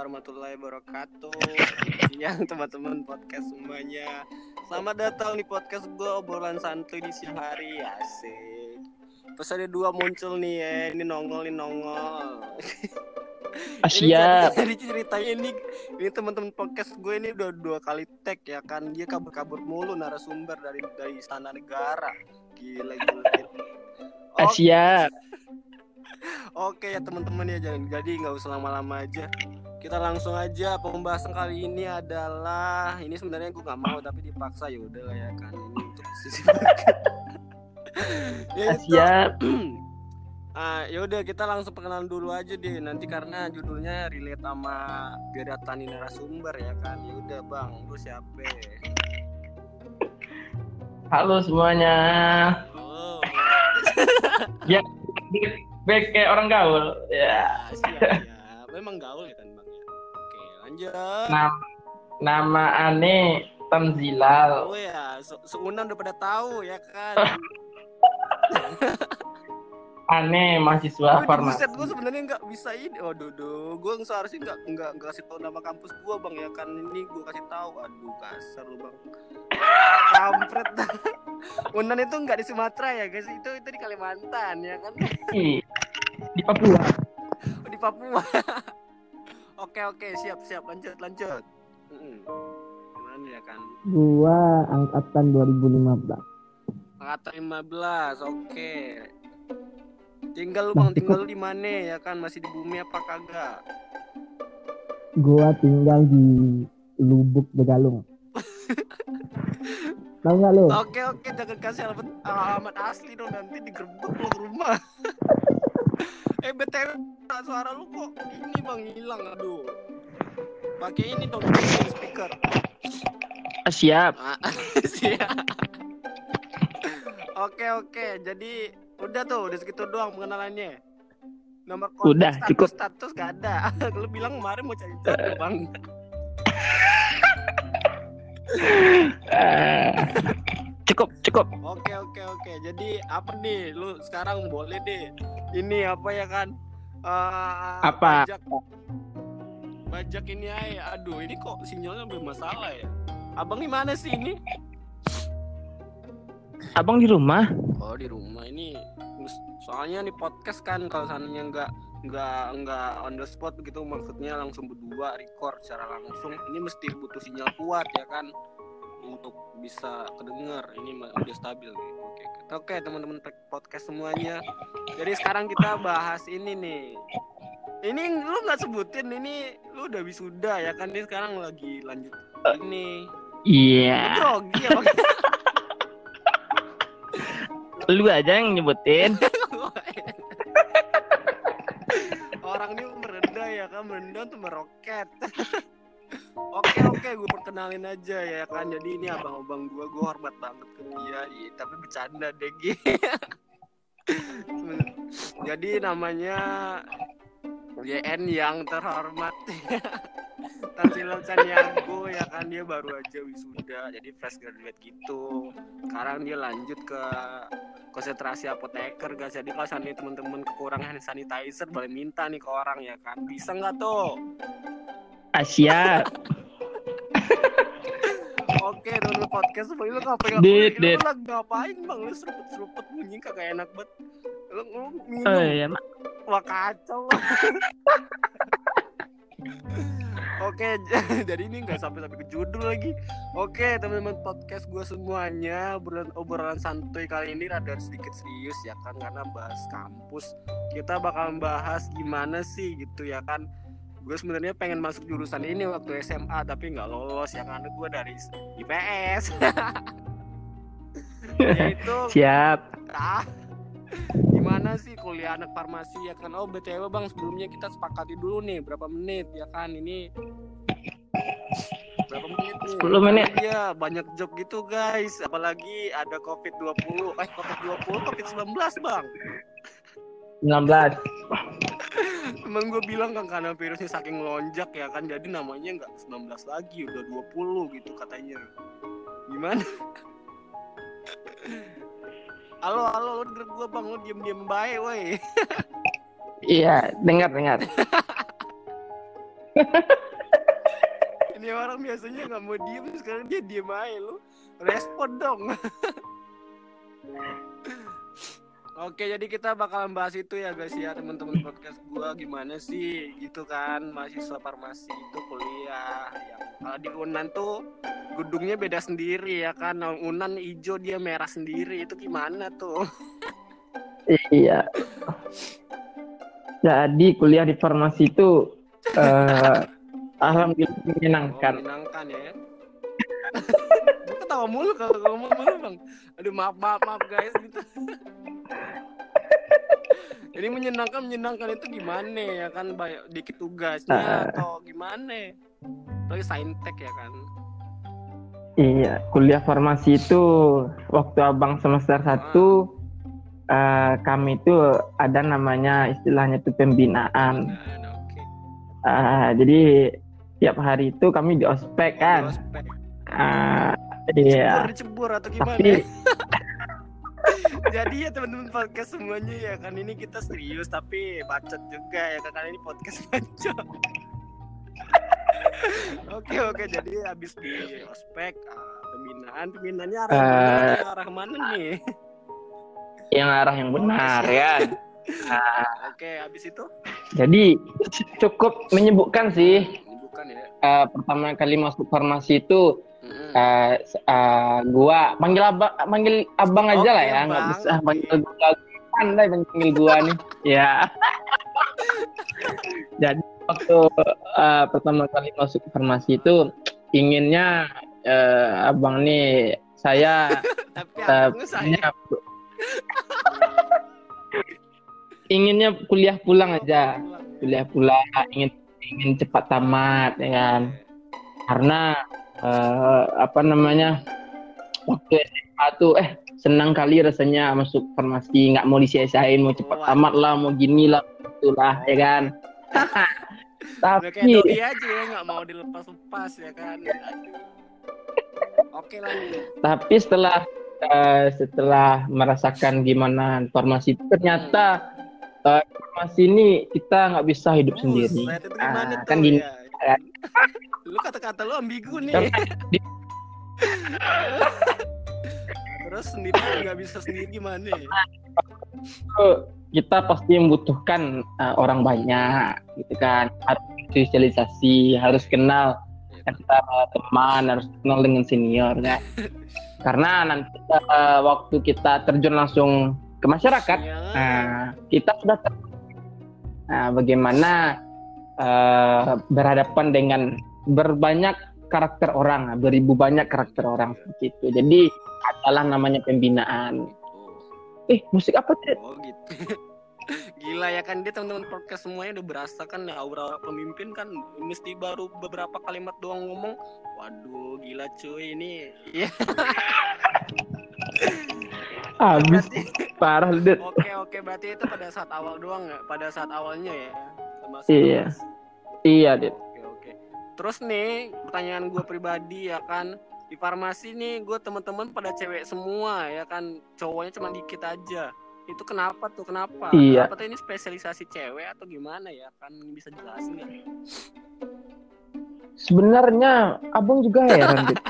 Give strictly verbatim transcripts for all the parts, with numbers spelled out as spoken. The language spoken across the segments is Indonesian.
warahmatullahi wabarakatuh. Selamat siang teman-teman podcast semuanya. Selamat datang di podcast gue, obrolan santuy di siang hari. Asik. Terus ada dua muncul nih ya. Ini nongol, ini nongol. Ini jadi, jadi ceritanya ini, ini teman-teman podcast gue ini udah dua kali tag ya kan. Dia kabur-kabur mulu narasumber dari dari istana negara. Gila gila. gila. Asia. Oke ya teman-teman ya, jangan jadi nggak usah lama-lama aja. Kita langsung aja. Pembahasan kali ini adalah, ini sebenarnya gue nggak mau tapi dipaksa, ya udah lah ya kan, ini untuk sisi market. Asia. Ah, ya udah kita langsung perkenalan dulu aja deh nanti karena judulnya relate sama deretan narasumber ya kan. Ya udah Bang, lu siapa? Halo semuanya. Oh. Ya, baik kayak orang gaul. Ya. Siap ya. Memang gaul ya kan Bang ya. Oke, lanjut. Nama, nama aneh Tanzilal. Oh ya, se- seunan udah pada tahu ya kan. Aneh mahasiswa farmasi. Buset, gue sebenarnya nggak bisa ini. Oh dodo, gue seharusnya nggak nggak nggak kasih tahu nama kampus gue Bang ya kan. Ini gue kasih tahu. Aduh kasar lu Bang. Kampret. Unan itu nggak di Sumatera ya guys, itu itu di Kalimantan ya kan. Di Papua. Oh, di Papua. Oke oke, siap siap, lanjut lanjut. Hmm. Gimana ya kan? Gua angkatan dua ribu lima belas. Angkatan lima belas, oke. Tinggal lu Bang, tinggal lu di mana ya kan? Masih di bumi apa kagak? Gua tinggal di Lubuk Begalung. Tahu nggak lu? Oke oke, jangan kasih alamat, alamat asli dong, nanti digerebek lu ke rumah. eh B T W suara lu kok ini Bang hilang, aduh. Pakai ini dong, speaker. Siap. Ah, siap. Oke oke, jadi udah tuh, udah segitu doang pengenalannya. Nomor kontak, Udah, status, cukup. status gak ada. Lu bilang kemarin mau cari jodoh Bang. Uh, cukup, cukup. Oke oke oke. Jadi apa nih? Lu sekarang boleh deh. Ini apa ya kan? Uh, Apa? Bajak, bajak ini aja. Aduh, ini kok sinyalnya bermasalah ya? Abang di mana sih ini? Abang di rumah? Oh di rumah ini. Soalnya nih podcast kan, kalau seandainya nggak nggak nggak on the spot gitu, maksudnya langsung berdua record secara langsung, ini mesti butuh sinyal kuat ya kan untuk bisa kedengar. Ini udah stabil gitu. Oke oke teman-teman podcast semuanya. Jadi sekarang kita bahas ini nih. Ini lu nggak sebutin, ini lu udah wisuda ya kan? Ini sekarang lagi lanjut ini. Iya. Lu grogi ya Bang? Lu aja yang nyebutin. Orang ini merendah ya kan, merendah tuh meroket. Oke oke, gue perkenalin aja ya kan. Jadi ini abang-abang gue, gue hormat banget ke dia. Iya, tapi bercanda deh gitu. Jadi namanya Y N yang terhormat. Tanzilal Caniago ya kan, dia baru aja wisuda, jadi fresh graduate gitu. Sekarang dia lanjut ke konsentrasi apoteker guys. Jadi kalau seandainya teman-teman kekurangan sanitizer boleh minta nih ke orang ya kan. Bisa nggak tuh? Asia. Oke, dulu podcast lu ngapain? Dit, Lu, dit. lu lagi ngapain Bang? Lu seruput-seruput bunyi kagak enak banget. Lu, lu minum. Oh iya, Mak. Wah kacau. Oke, jadi ini nggak sampai-sampai ke judul lagi. Oke, teman-teman podcast gue semuanya, obrolan, obrolan santuy kali ini rada sedikit serius ya kan, karena bahas kampus. Kita bakal bahas gimana sih gitu ya kan. Gue sebenarnya pengen masuk jurusan ini waktu S M A tapi nggak lolos ya, karena gue dari I P S. Yaitu Siap. ah, gimana sih kuliah anak farmasi ya kan. Oh B T W Bang, sebelumnya kita sepakati dulu nih berapa menit ya kan. Ini berapa menit nih? sepuluh menit. Iya, banyak job gitu guys. Apalagi ada covid dua puluh. Eh covid dua puluh, covid sembilan belas Bang. sembilan belas. Emang gue bilang kan karena virusnya saking lonjak ya kan, jadi namanya nggak sembilan belas lagi, udah dua puluh gitu katanya. Gimana? Halo, halo, lu denger gue Bang, lu diem-diem baik woi. Iya, dengar dengar. Ini orang biasanya nggak mau diem, sekarang dia diem aja. Lu respon dong. Oke, jadi kita bakalan bahas itu ya guys ya, teman-teman podcast gua gimana sih gitu kan mahasiswa farmasi itu kuliah yang kalau di Unan tuh gedungnya beda sendiri ya kan. Unan hijau, dia merah sendiri, itu gimana tuh? Iya. Jadi kuliah di farmasi itu uh, alhamdulillah menyenangkan. Oh, menyenangkan ya. Lu ketawa mulu kalau ngomong mulu bang. Aduh maaf maaf maaf guys gitu. Jadi menyenangkan menyenangkan itu gimana ya kan, banyak dikit tugasnya Uh. atau gimana? Tapi saintek ya kan. Iya, kuliah farmasi itu waktu abang semester satu uh, kami itu ada namanya istilahnya itu pembinaan. Nah, nah, oke. Uh, jadi tiap hari itu kami di ospek kan. Ospek. Uh, iya. Dicebur, dicebur atau gimana? Tapi jadi ya teman-teman podcast semuanya ya kan, ini kita serius tapi bacot juga ya kan, karena ini podcast bacot. Oke oke, jadi habis di ospek uh, pembinaan, pembinaannya arah, Uh. arah mana nih? yang arah yang benar ya. Uh, Oke, habis itu? jadi cukup menyebutkan sih. Bukan ya? Uh, pertama kali masuk farmasi itu Mm-hmm. uh, uh, gua panggil abang, panggil abang aja Oke, lah ya, nggak Bang. bisa panggil gua, pandai panggil gua nih. Ya. Jadi waktu uh, pertama kali masuk farmasi itu inginnya uh, abang nih saya Tapi uh, abangnya saya. inginnya kuliah pulang aja, kuliah pulang, ingin ingin cepat tamat ya kan, karena uh, apa namanya waktu S M A tuh eh senang kali rasanya masuk farmasi, nggak mau disia-siain, mau cepat tamat lah, mau gini lah, itulah ya kan. Udah kayak Tapi doi aja ya, nggak mau dilepas-lepas ya kan. Aduh. Oke lanjut. tapi setelah uh, setelah merasakan gimana farmasi itu, ternyata uh, farmasi ini kita nggak bisa hidup sendiri. Buset, itu gimana Ah, tuh kan gini. ya? Lu kata-kata lu ambigu nih. Di- Terus sendiri nggak bisa sendiri gimana? kita pasti membutuhkan uh, orang banyak gitu kan, harus sosialisasi, harus kenal antar teman, harus kenal dengan senior kan. Karena nanti uh, waktu kita terjun langsung ke masyarakat, Ya. nah, kita sudah ter- nah, bagaimana uh, berhadapan dengan berbanyak karakter orang, beribu banyak karakter orang seperti itu. Jadi adalah namanya pembinaan. Eh, musik apa sih? Oh gitu. Gila ya kan, dia teman-teman podcast semuanya udah berasa kan aura pemimpin kan, mesti baru beberapa kalimat doang ngomong. Waduh, gila cuy ini. Iya. Habis Berarti- parah lu, Det. Oke oke, berarti itu pada saat awal doang ya, pada saat awalnya ya. Termasuk Iya. kelas. Iya, Det. Oke oke. Terus nih pertanyaan gue pribadi ya kan, di farmasi nih gue teman-teman pada cewek semua ya kan, cowoknya cuma dikit aja. Itu kenapa tuh, kenapa? Iya. Kenapa tuh ini spesialisasi cewek atau gimana ya kan, bisa jelasin nggak? Sebenarnya abang juga heran, Det.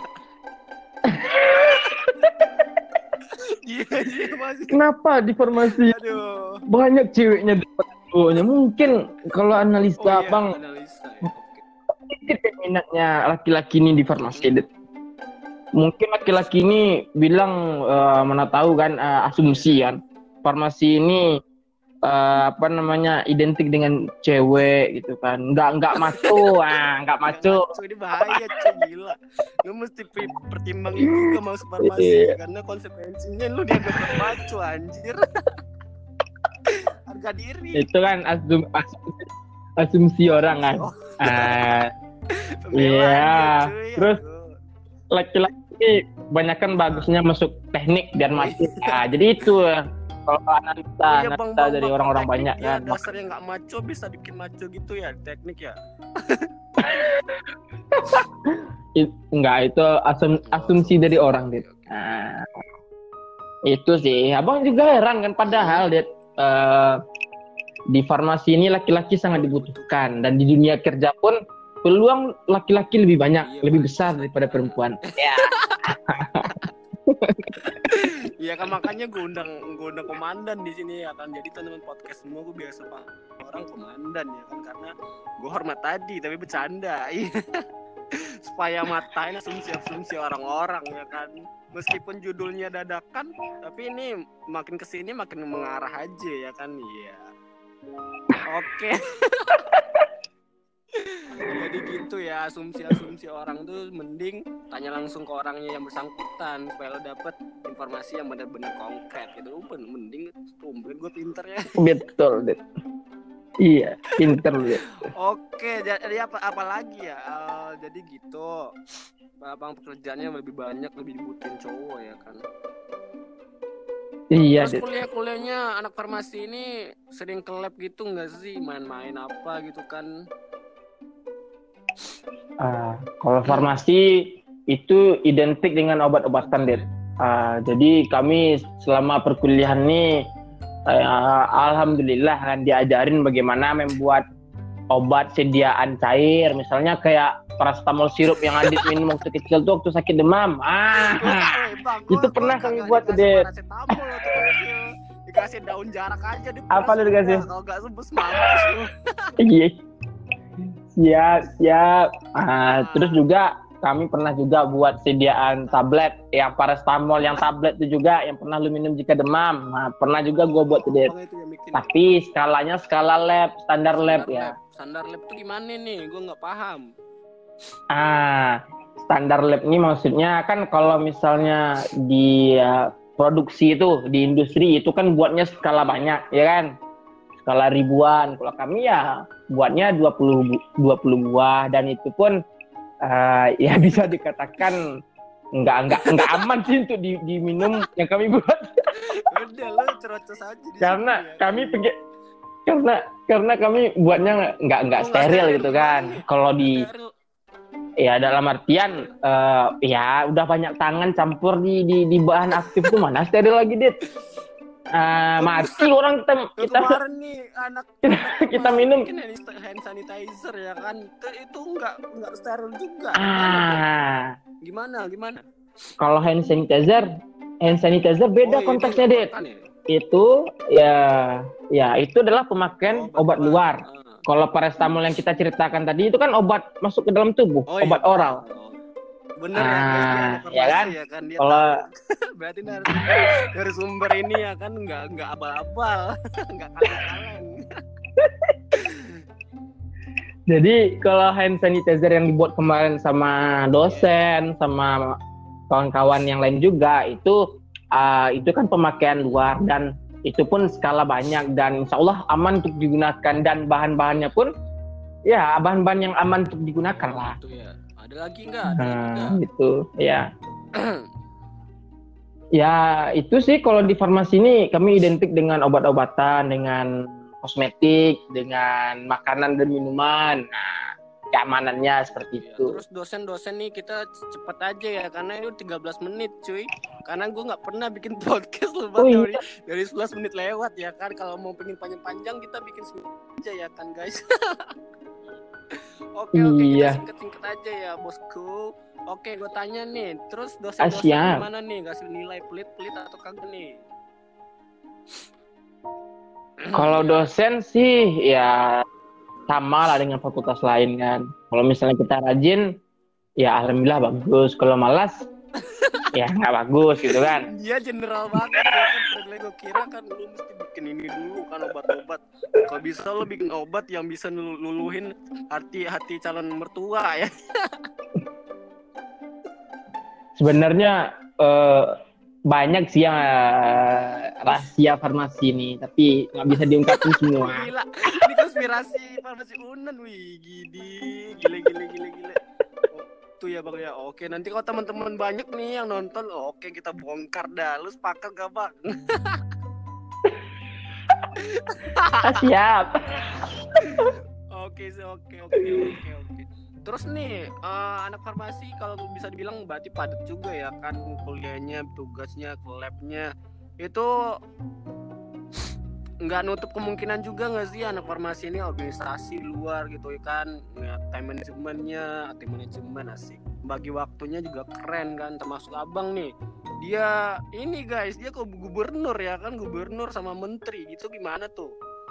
Iya iya masih. Kenapa di farmasi Aduh. banyak ceweknya daripada cowoknya? Mungkin kalau analisa Oh iya, abang analisa ya. Oke. sedikit minatnya laki-laki ini di farmasi, Det. Mungkin laki-laki ini bilang eh, mana tahu kan, eh, asumsi kan. Farmasi ini eh, apa namanya identik dengan cewek gitu kan. Enggak enggak maco, ah, enggak maco. Ngaco, ini bahaya cuy, gila. Lu mesti pi- pertimbangin juga masuk farmasi Iya. karena konsekuensinya lu dianggap maco anjir. Harga diri. Itu kan asum, asumsi, asumsi orang kan. Oh, Ah, pembelaan iya. ya, cuy. Terus Aduh. laki-laki kebanyakan bagusnya masuk teknik biar masuk. Nah, jadi itu kalau analisa, Iya, Bang, analisa Bang, dari Bang, orang-orang teknik banyak dia kan. dasarnya nggak maco bisa bikin maco gitu ya, teknik ya. It- enggak, itu asum, asumsi dari orang, Dit. Nah, itu sih. Abang juga heran kan, padahal Dit, eh, di farmasi ini laki-laki sangat dibutuhkan, dan di dunia kerja pun peluang laki-laki lebih banyak, Iya, lebih Pak. besar daripada perempuan. Ya. Iya kan makanya gue undang gue undang komandan di sini ya kan. Jadi teman-teman podcast semua gue biasa pak orang komandan ya kan, karena gue hormat tadi tapi bercanda. Iya. Supaya matain asumsi-asumsi orang-orang ya kan. Meskipun judulnya dadakan, tapi ini makin kesini makin mengarah aja ya kan. Iya. Oke. Jadi gitu ya, asumsi-asumsi orang tuh mending tanya langsung ke orangnya yang bersangkutan supaya lo dapet informasi yang benar-benar konkret gitu. Mending tumben gue pinter ya. Betul, Det. Iya, pinter, Det. Oke, jadi apa apa lagi ya? Uh, jadi gitu. Bang pekerjaannya lebih banyak, lebih dibutuhin cowok ya kan. Iya, Terus Det. kuliah-kuliahnya anak farmasi ini sering ke lab gitu nggak sih? Main-main apa gitu kan? Uh, kalau farmasi itu identik dengan obat-obatan, Det. Uh, jadi kami selama perkuliahan ini uh, alhamdulillah kan diajarin bagaimana membuat obat sediaan cair, misalnya kayak paracetamol sirup yang Adit minum waktu kecil tuh waktu sakit demam. Ah, Eh, bang, gua- itu gua pernah kagak kami buat tuh, dikasih Det. paracetamol waktu kecil. Dikasih daun jarak aja di Apa lu dikasih? Kalau nggak sebus mampus lu. Iya. Siap, siap. Ah, terus juga kami pernah juga buat sediaan tablet yang paracetamol yang tablet itu juga yang pernah lu minum jika demam. Nah, pernah juga gua buat tuh, Det. Bang, itu yang bikin. Tapi skalanya skala lab, standar lab ya. Standar lab tuh gimana nih? Gue nggak paham. Ah, standar lab ini maksudnya kan kalau misalnya di uh, produksi itu, di industri itu kan buatnya skala banyak, ya kan? Skala ribuan. Kalau kami ya buatnya dua puluh buah dan itu pun uh, ya bisa dikatakan nggak nggak nggak aman sih untuk di, diminum yang kami buat. Udah lo cerocos aja di Karena situ ya. kami pergi karena karena kami buatnya nggak nggak Oh, steril gitu kan. Kalau di Steril. ya dalam artian uh, ya udah banyak tangan campur di di, di bahan aktif tuh mana steril lagi, Dit. Uh, mati orang kita Lo kita kemarin nih anak kita minum. mungkin hand sanitizer ya kan. Itu, itu nggak nggak steril juga. Ah, Gimana gimana? kalau hand sanitizer hand sanitizer beda Oh, ini konteksnya, Dit. makan ya? Itu ya ya itu adalah pemakaian obat, luar. Ah. Kalau paracetamol yang kita ceritakan tadi itu kan obat masuk ke dalam tubuh, Oh, iya. obat oral. Oh. Bener Ah, ya, guys, dia ya kan? ya kan dia Kalau- tahu. Berarti dari, dari sumber ini ya kan nggak nggak abal-abal, nggak kaleng-kaleng. Jadi kalau hand sanitizer yang dibuat kemarin sama dosen, sama kawan-kawan yang lain juga itu uh, itu kan pemakaian luar dan itu pun skala banyak dan insya Allah aman untuk digunakan dan bahan-bahannya pun ya bahan-bahan yang aman untuk digunakan lah. Itu ya. Ada lagi nggak? Ada lagi Nah, nggak? gitu ya. Ya itu sih kalau di farmasi ini kami identik dengan obat-obatan, dengan kosmetik, dengan makanan dan minuman. Nah, keamanannya seperti Ya, itu. terus dosen-dosen nih kita cepet aja ya karena itu tiga belas menit cuy. Karena gue nggak pernah bikin podcast loh Oh, dari iya. dari sebelas menit lewat ya kan. Kalau mau pengen panjang-panjang kita bikin seminggu aja ya kan guys. Oke oke Iya. kita singkat-singkat aja ya bosku. Oke gue tanya nih, terus Ah, dosen-dosen siap. gimana nih, kasih nilai pelit-pelit atau kagak nih? Kalau dosen sih ya sama lah dengan fakultas lain kan. Kalau misalnya kita rajin, ya alhamdulillah bagus. Kalau malas, ya nggak bagus gitu kan. Dia general banget ya kan. Padahal gue kira kan lu mesti bikin ini dulu kan obat-obat. Kalau bisa lu bikin obat yang bisa nul- luluhin hati-hati calon mertua ya. Sebenarnya eh, banyak sih yang eh, rahasia farmasi ini, tapi nggak bisa diungkapin semua. Gila, ini konspirasi farmasi Unan, wih, gini, gile, gile, gile, gile. Oh, tuh ya bang ya, oke nanti kalau teman-teman banyak nih yang nonton, oke kita bongkar dah, lu sepakat gak bang? Ah, siap. Oke sih, oke, oke, oke, oke. Terus nih, eh, anak farmasi kalau bisa dibilang berarti padat juga ya kan kuliahnya, tugasnya, ke labnya. Itu nggak nutup kemungkinan juga nggak sih anak farmasi ini organisasi luar gitu ya kan, ya, time manajemennya, tim manajemen asik, bagi waktunya juga keren kan, termasuk abang nih, dia ini guys, dia kok gubernur ya kan, gubernur sama menteri gitu, gimana tuh?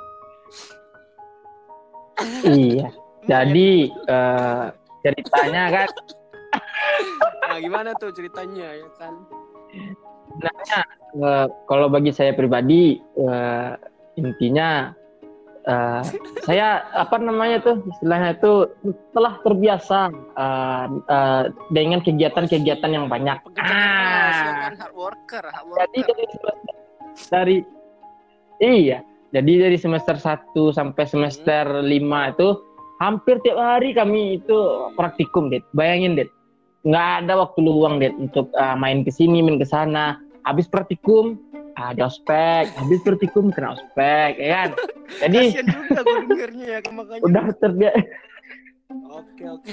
Iya. Jadi uh, ceritanya kan, nah, gimana tuh ceritanya ya kan? Sebenarnya uh, kalau bagi saya pribadi uh, intinya uh, saya apa namanya tuh istilahnya itu telah terbiasa uh, uh, dengan kegiatan-kegiatan yang banyak. Pekerja keras, ya kan, hard worker, hard worker. Jadi dari dari iya, jadi dari semester satu sampai semester hmm. lima itu hampir tiap hari kami itu praktikum, Det. Bayangin, Det. Nggak ada waktu luang, Det, untuk uh, main ke sini, main ke sana. Habis praktikum, ada ospek. Habis praktikum, kena ospek, ya kan? Jadi kasian juga gue dengernya ya, makanya. Udah terbiasa. Oke, oke.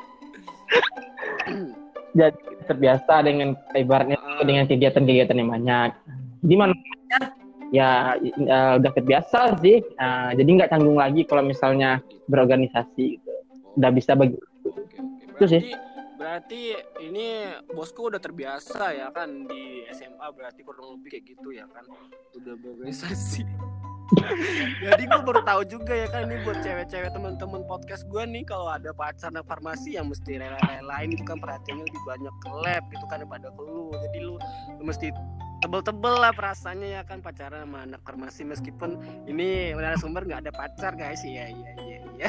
Jadi terbiasa dengan ibaratnya uh. dengan kegiatan-kegiatan yang banyak. Di mana ya uh, udah terbiasa sih. Uh, jadi nggak canggung lagi kalau misalnya berorganisasi gitu. Udah bisa bagi. Oke, oke. Itu sih. Berarti ini bosku udah terbiasa ya kan di S M A, berarti kurang lebih kayak gitu ya kan, udah berorganisasi. Jadi gue baru tahu juga ya kan, ini buat cewek-cewek teman-teman podcast gue nih, kalau ada pacar anak farmasi yang mesti rela-relain itu kan, perhatiannya lebih banyak ke lab gitu kan daripada ke lu. Jadi lu, lu mesti tebel-tebel lah perasaannya ya kan, pacaran sama anak farmasi, meskipun ini narasumber nggak ada pacar guys. Iya iya iya iya.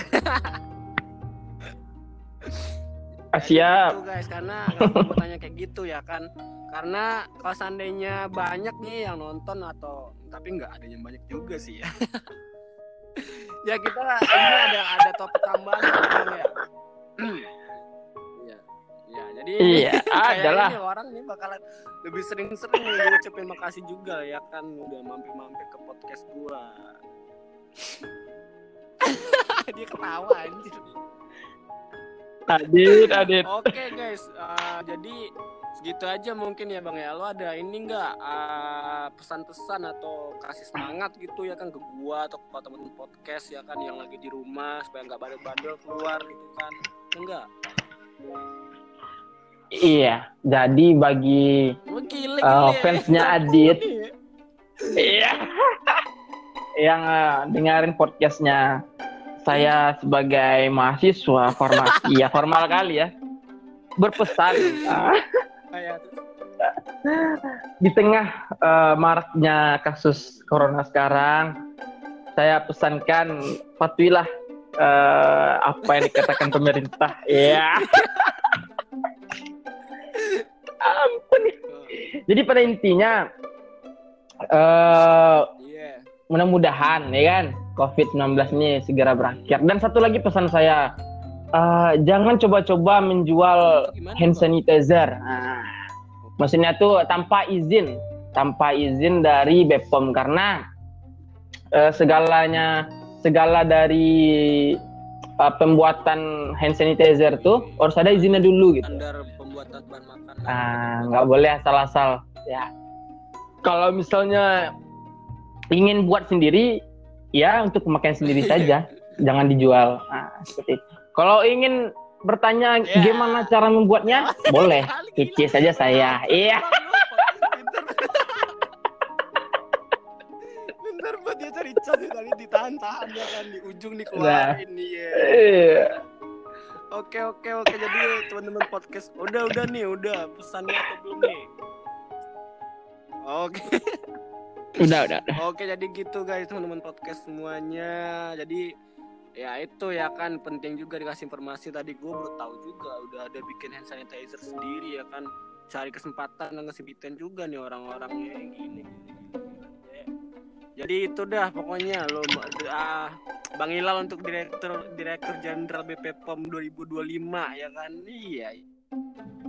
Siap. Gitu guys, karena kalau mau tanya kayak gitu ya kan, karena kalau seandainya banyak nih yang nonton atau tapi nggak ada yang banyak juga sih ya. Ya kita ini ada ada topik tambahan ya. Iya. Ya, jadi iya, adalah ini orang nih bakalan lebih sering-sering nih ucapin makasih juga ya kan, udah mampir-mampir ke podcast gua. Dia ketawa anjir. Adit, Adit. Oke okay, guys, uh, jadi segitu aja mungkin ya Bang ya. Lo ada ini nggak uh, pesan-pesan atau kasih semangat gitu ya kan ke gua atau ke teman-teman podcast ya kan yang lagi di rumah supaya nggak bandel-bandel keluar gitu kan? Enggak? Iya, jadi bagi oh, gile, uh, gile, fansnya ya. Adit, iya, yang uh, dengerin podcastnya. Saya sebagai mahasiswa farmasi, ya formal kali ya, berpesan uh, di tengah uh, maraknya kasus corona sekarang, saya pesankan patuhilah uh, apa yang dikatakan pemerintah. Ya, ampun. Jadi pada intinya, uh, mudah-mudahan ya kan covid sembilan belas ini segera berakhir. Dan satu lagi pesan saya, uh, jangan coba-coba menjual hand sanitizer. Nah, maksudnya tuh tanpa izin, tanpa izin dari B P O M, karena uh, segalanya, segala dari uh, pembuatan hand sanitizer tuh harus ada izinnya dulu gitu. Standar pembuatan bahan makanan. Ah, nggak boleh asal-asal ya. Kalau misalnya ingin buat sendiri, ya untuk pemakaian sendiri saja, jangan dijual. Nah, seperti itu. Kalau ingin bertanya yeah. gimana cara membuatnya, boleh, kece saja saya. Iya. Bentar buat dia cari cat tadi ditahan-tahan ya kan, di ujung dikeluarin nih. Iya. Oke oke oke, jadi teman-teman podcast, udah udah nih, udah pesannya apa belum nih? Oke. Udah, udah, udah. Oke, jadi gitu guys teman-teman podcast semuanya. Jadi ya itu ya kan, penting juga dikasih informasi. Tadi gue baru tahu juga udah ada bikin hand sanitizer sendiri ya kan. Cari kesempatan dan ngasih biten juga nih orang-orangnya yang gini. Jadi itu dah pokoknya lo ah, Bang Hilal untuk direktur direktur jenderal B P P O M dua ribu dua puluh lima ya kan. Iya.